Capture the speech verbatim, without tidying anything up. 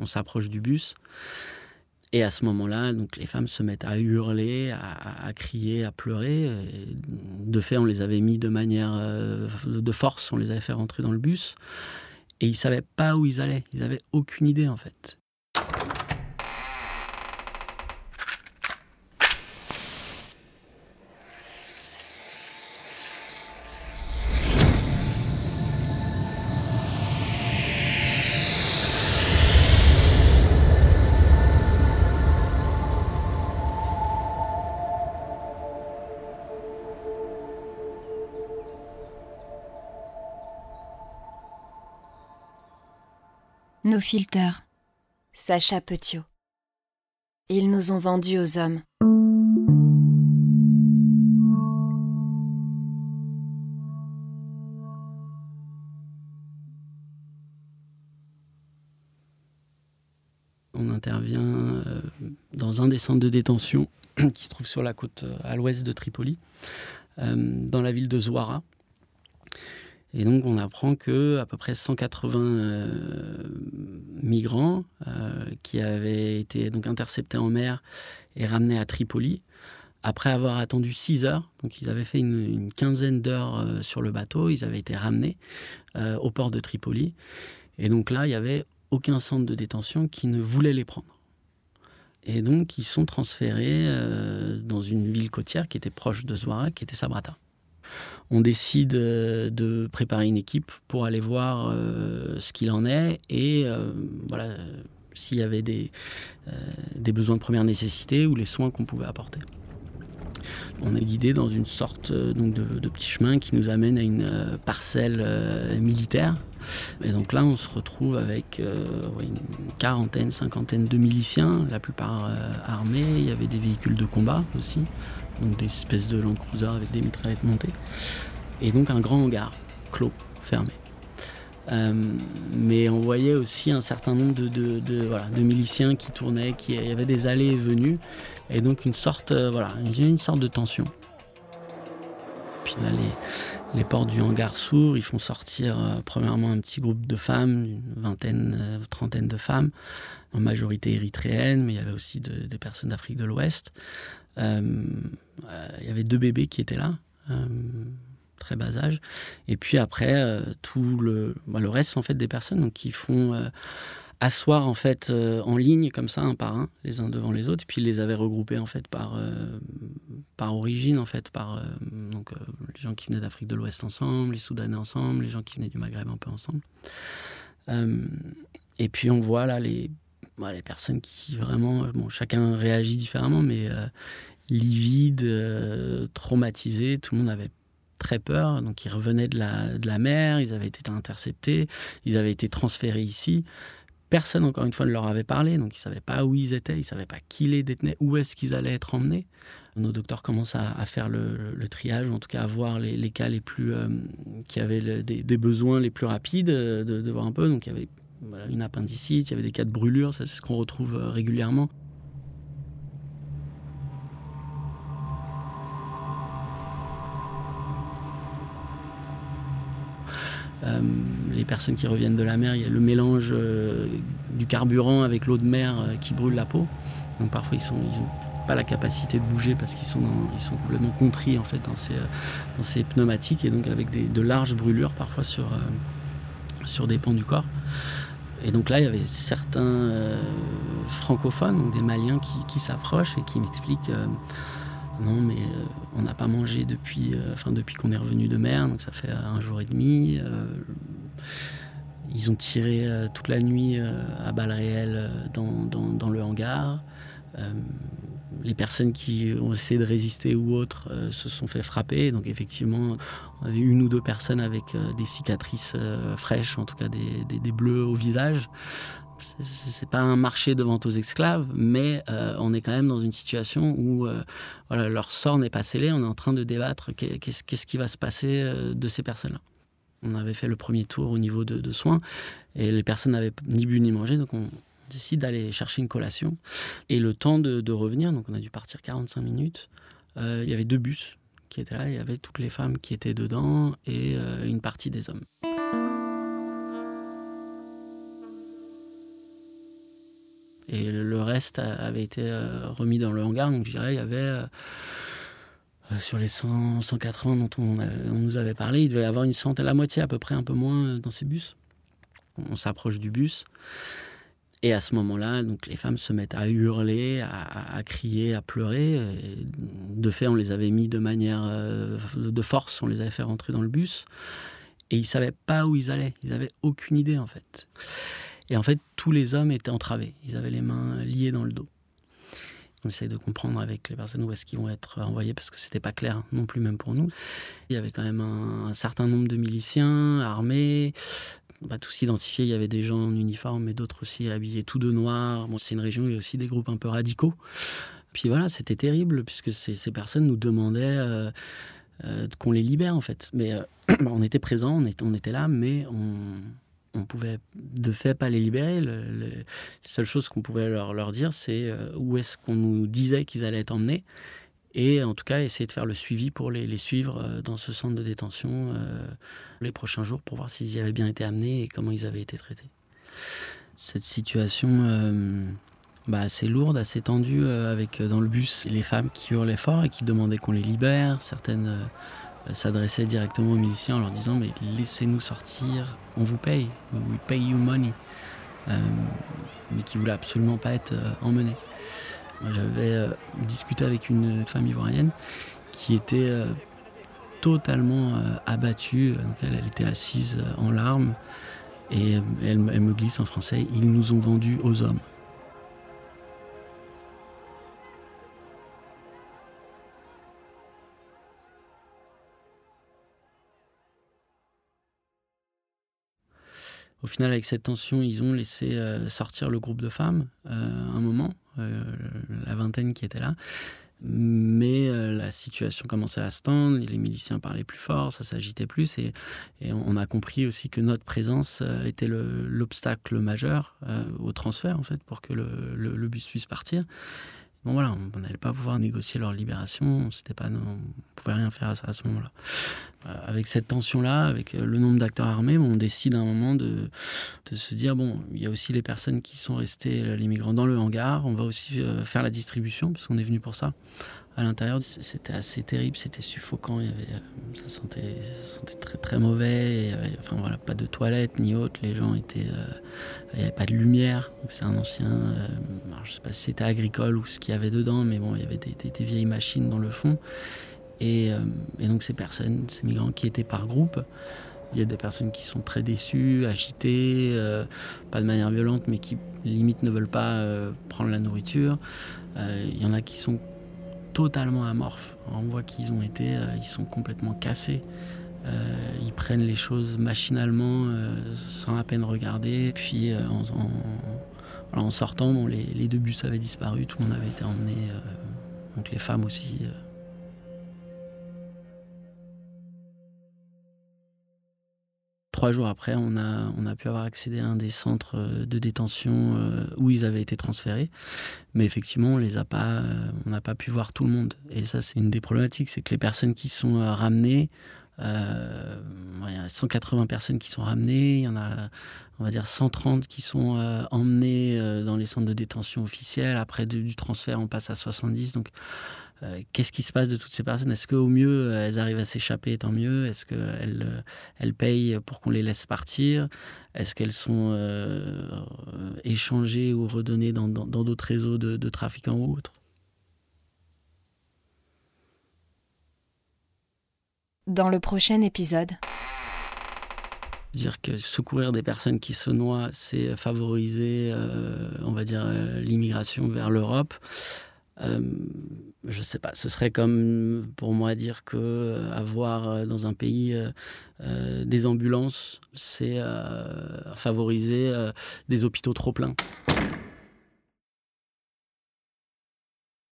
on s'approche du bus. Et à ce moment-là, donc, les femmes se mettent à hurler, à, à crier, à pleurer. Et de fait, on les avait mis de manière euh, de force, on les avait fait rentrer dans le bus. Et ils ne savaient pas où ils allaient. Ils n'avaient aucune idée, en fait. Nos filters, Sacha Petiot. Ils nous ont vendus aux hommes. On intervient euh, dans un des centres de détention qui se trouve sur la côte euh, à l'ouest de Tripoli, euh, dans la ville de Zouara. Et donc, on apprend qu'à peu près cent quatre-vingts euh, migrants euh, qui avaient été donc interceptés en mer et ramenés à Tripoli, après avoir attendu six heures, donc ils avaient fait une, une quinzaine d'heures euh, sur le bateau, ils avaient été ramenés euh, au port de Tripoli. Et donc là, il n'y avait aucun centre de détention qui ne voulait les prendre. Et donc, ils sont transférés euh, dans une ville côtière qui était proche de Zouara, qui était Sabrata. On décide de préparer une équipe pour aller voir euh, ce qu'il en est et euh, voilà, euh, s'il y avait des, euh, des besoins de première nécessité ou les soins qu'on pouvait apporter. On est guidé dans une sorte euh, donc de, de petit chemin qui nous amène à une euh, parcelle euh, militaire. Et donc là, on se retrouve avec euh, ouais, une quarantaine, cinquantaine de miliciens, la plupart euh, armés. Il y avait des véhicules de combat aussi, donc des espèces de Land Cruiser avec des mitraillettes montées. Et donc un grand hangar, clos, fermé. Euh, mais on voyait aussi un certain nombre de, de, de, voilà, de miliciens qui tournaient, qui, il y avait des allées et venues, et donc une sorte, euh, voilà, une sorte de tension. Puis là, les, les portes du hangar s'ouvrent, ils font sortir euh, premièrement un petit groupe de femmes, une vingtaine, euh, trentaine de femmes, en majorité érythréennes, mais il y avait aussi de, des personnes d'Afrique de l'Ouest. Euh, euh, il y avait deux bébés qui étaient là. Euh, très bas âge, et puis après euh, tout le, bah, le reste en fait des personnes donc, qui font euh, asseoir en fait euh, en ligne comme ça un par un, les uns devant les autres, et puis ils les avaient regroupés en fait par euh, par origine en fait, par euh, donc euh, les gens qui venaient d'Afrique de l'Ouest ensemble, les Soudanais ensemble, les gens qui venaient du Maghreb un peu ensemble, euh, et puis on voit là les bah, les personnes qui vraiment, bon, chacun réagit différemment, mais euh, livides, euh, traumatisés, tout le monde avait très peur, donc ils revenaient de la, de la mer, ils avaient été interceptés, ils avaient été transférés ici. Personne, encore une fois, ne leur avait parlé, donc ils ne savaient pas où ils étaient, ils ne savaient pas qui les détenait, où est-ce qu'ils allaient être emmenés. Nos docteurs commencent à, à faire le, le, le triage, ou en tout cas à voir les, les cas les plus, euh, qui avaient le, des, des besoins les plus rapides, de, de voir un peu. Donc il y avait voilà, une appendicite, il y avait des cas de brûlure, ça c'est ce qu'on retrouve régulièrement. Euh, les personnes qui reviennent de la mer, il y a le mélange euh, du carburant avec l'eau de mer euh, qui brûle la peau. Donc parfois ils n'ont ils pas la capacité de bouger parce qu'ils sont, dans, ils sont complètement contris en fait, dans, ces, euh, dans ces pneumatiques, et donc avec des, de larges brûlures parfois sur, euh, sur des pans du corps. Et donc là il y avait certains euh, francophones, donc des Maliens qui, qui s'approchent et qui m'expliquent euh, non, mais euh, on n'a pas mangé depuis, euh, enfin, depuis qu'on est revenu de mer, donc ça fait un jour et demi. Euh, ils ont tiré euh, toute la nuit euh, à balles réelles dans, dans, dans le hangar. Euh, les personnes qui ont essayé de résister ou autres euh, se sont fait frapper. Donc effectivement, on avait une ou deux personnes avec euh, des cicatrices euh, fraîches, en tout cas des, des, des bleus au visage. C'est pas un marché de vente aux esclaves, mais euh, on est quand même dans une situation où euh, voilà, leur sort n'est pas scellé. On est en train de débattre qu'est-ce, qu'est-ce qui va se passer euh, de ces personnes-là. On avait fait le premier tour au niveau de, de soins et les personnes n'avaient ni bu ni mangé, donc on décide d'aller chercher une collation. Et le temps de, de revenir, donc on a dû partir quarante-cinq minutes, euh, il y avait deux bus qui étaient là, il y avait toutes les femmes qui étaient dedans et euh, une partie des hommes. Et le reste avait été euh, remis dans le hangar. Donc je dirais il y avait, euh, sur les cent, cent quatre-vingts dont on, avait, on nous avait parlé, il devait y avoir une centaine, la moitié à peu près, un peu moins dans ces bus. On s'approche du bus. Et à ce moment-là, donc, les femmes se mettent à hurler, à, à crier, à pleurer. Et de fait, on les avait mis de manière euh, de force, on les avait fait rentrer dans le bus. Et ils ne savaient pas où ils allaient. Ils n'avaient aucune idée, en fait. Et en fait, tous les hommes étaient entravés. Ils avaient les mains liées dans le dos. On essaye de comprendre avec les personnes où est-ce qu'ils vont être envoyés, parce que ce n'était pas clair non plus, même pour nous. Il y avait quand même un, un certain nombre de miliciens armés. On va tous identifier, il y avait des gens en uniforme, mais d'autres aussi habillés tout de noir. Bon, c'est une région où il y a aussi des groupes un peu radicaux. Puis voilà, c'était terrible, puisque ces, ces personnes nous demandaient euh, euh, qu'on les libère, en fait. Mais euh, on était présents, on était, on était là, mais on ne pouvait de fait pas les libérer. Le, le, la seule chose qu'on pouvait leur, leur dire, c'est euh, où est-ce qu'on nous disait qu'ils allaient être emmenés. Et en tout cas, essayer de faire le suivi pour les, les suivre dans ce centre de détention euh, les prochains jours pour voir s'ils y avaient bien été amenés et comment ils avaient été traités. Cette situation euh, bah, assez lourde, assez tendue, euh, avec dans le bus les femmes qui hurlaient fort et qui demandaient qu'on les libère. Certaines euh, s'adressaient directement aux miliciens en leur disant « mais laissez-nous sortir, on vous paye, we pay you money euh, », mais qui ne voulaient absolument pas être euh, emmenées. Moi, j'avais euh, discuté avec une femme ivoirienne qui était euh, totalement euh, abattue. Donc elle, elle était assise euh, en larmes et elle, elle me glisse en français « Ils nous ont vendus aux hommes ». Au final, avec cette tension, ils ont laissé euh, sortir le groupe de femmes euh, un moment, euh, la vingtaine qui était là. Mais euh, la situation commençait à se tendre, les miliciens parlaient plus fort, ça s'agitait plus. Et, et on a compris aussi que notre présence euh, était le, l'obstacle majeur euh, au transfert, en fait, pour que le, le, le bus puisse partir. Bon voilà, on n'allait pas pouvoir négocier leur libération, c'était pas, non, on ne pouvait rien faire à, ça, à ce moment-là. Euh, avec cette tension-là, avec le nombre d'acteurs armés, on décide à un moment de, de se dire, bon, il y a aussi les personnes qui sont restées, les migrants, dans le hangar, on va aussi euh, faire la distribution, parce qu'on est venu pour ça. À l'intérieur, c'était assez terrible, c'était suffocant, il y avait, ça, sentait, ça sentait très très mauvais, il y avait, enfin voilà, pas de toilettes ni autre, les gens étaient, euh, il n'y avait pas de lumière, donc c'est un ancien, euh, alors je sais pas si c'était agricole ou ce qu'il y avait dedans, mais bon, il y avait des, des, des vieilles machines dans le fond, et, euh, et donc ces personnes, ces migrants qui étaient par groupe, il y a des personnes qui sont très déçues, agitées, euh, pas de manière violente, mais qui limite ne veulent pas euh, prendre la nourriture, euh, il y en a qui sont totalement amorphes. On voit qu'ils ont été, euh, ils sont complètement cassés. Euh, ils prennent les choses machinalement, euh, sans à peine regarder. Puis euh, en, en, alors en sortant, bon, les, les deux bus avaient disparu, tout le monde avait été emmené, euh, donc les femmes aussi. Euh. Trois jours après, on a, on a pu avoir accédé à un des centres de détention euh, où ils avaient été transférés. Mais effectivement, on les a pas, euh, on n'a pas pu voir tout le monde. Et ça, c'est une des problématiques, c'est que les personnes qui sont euh, ramenées, euh, il y a cent quatre-vingts personnes qui sont ramenées, il y en a, on va dire, cent trente qui sont euh, emmenées euh, dans les centres de détention officiels. Après, de, du transfert, on passe à soixante-dix. Donc, Euh, qu'est-ce qui se passe de toutes ces personnes ? Est-ce qu'au mieux, elles arrivent à s'échapper, tant mieux ? Est-ce qu'elles euh, elles payent pour qu'on les laisse partir ? Est-ce qu'elles sont euh, échangées ou redonnées dans, dans, dans d'autres réseaux de, de trafiquants ou autres ? Dans le prochain épisode... Dire que secourir des personnes qui se noient, c'est favoriser, euh, on va dire, euh, l'immigration vers l'Europe. Euh, je sais pas, ce serait comme pour moi dire que euh, avoir euh, dans un pays euh, euh, des ambulances, c'est euh, favoriser euh, des hôpitaux trop pleins.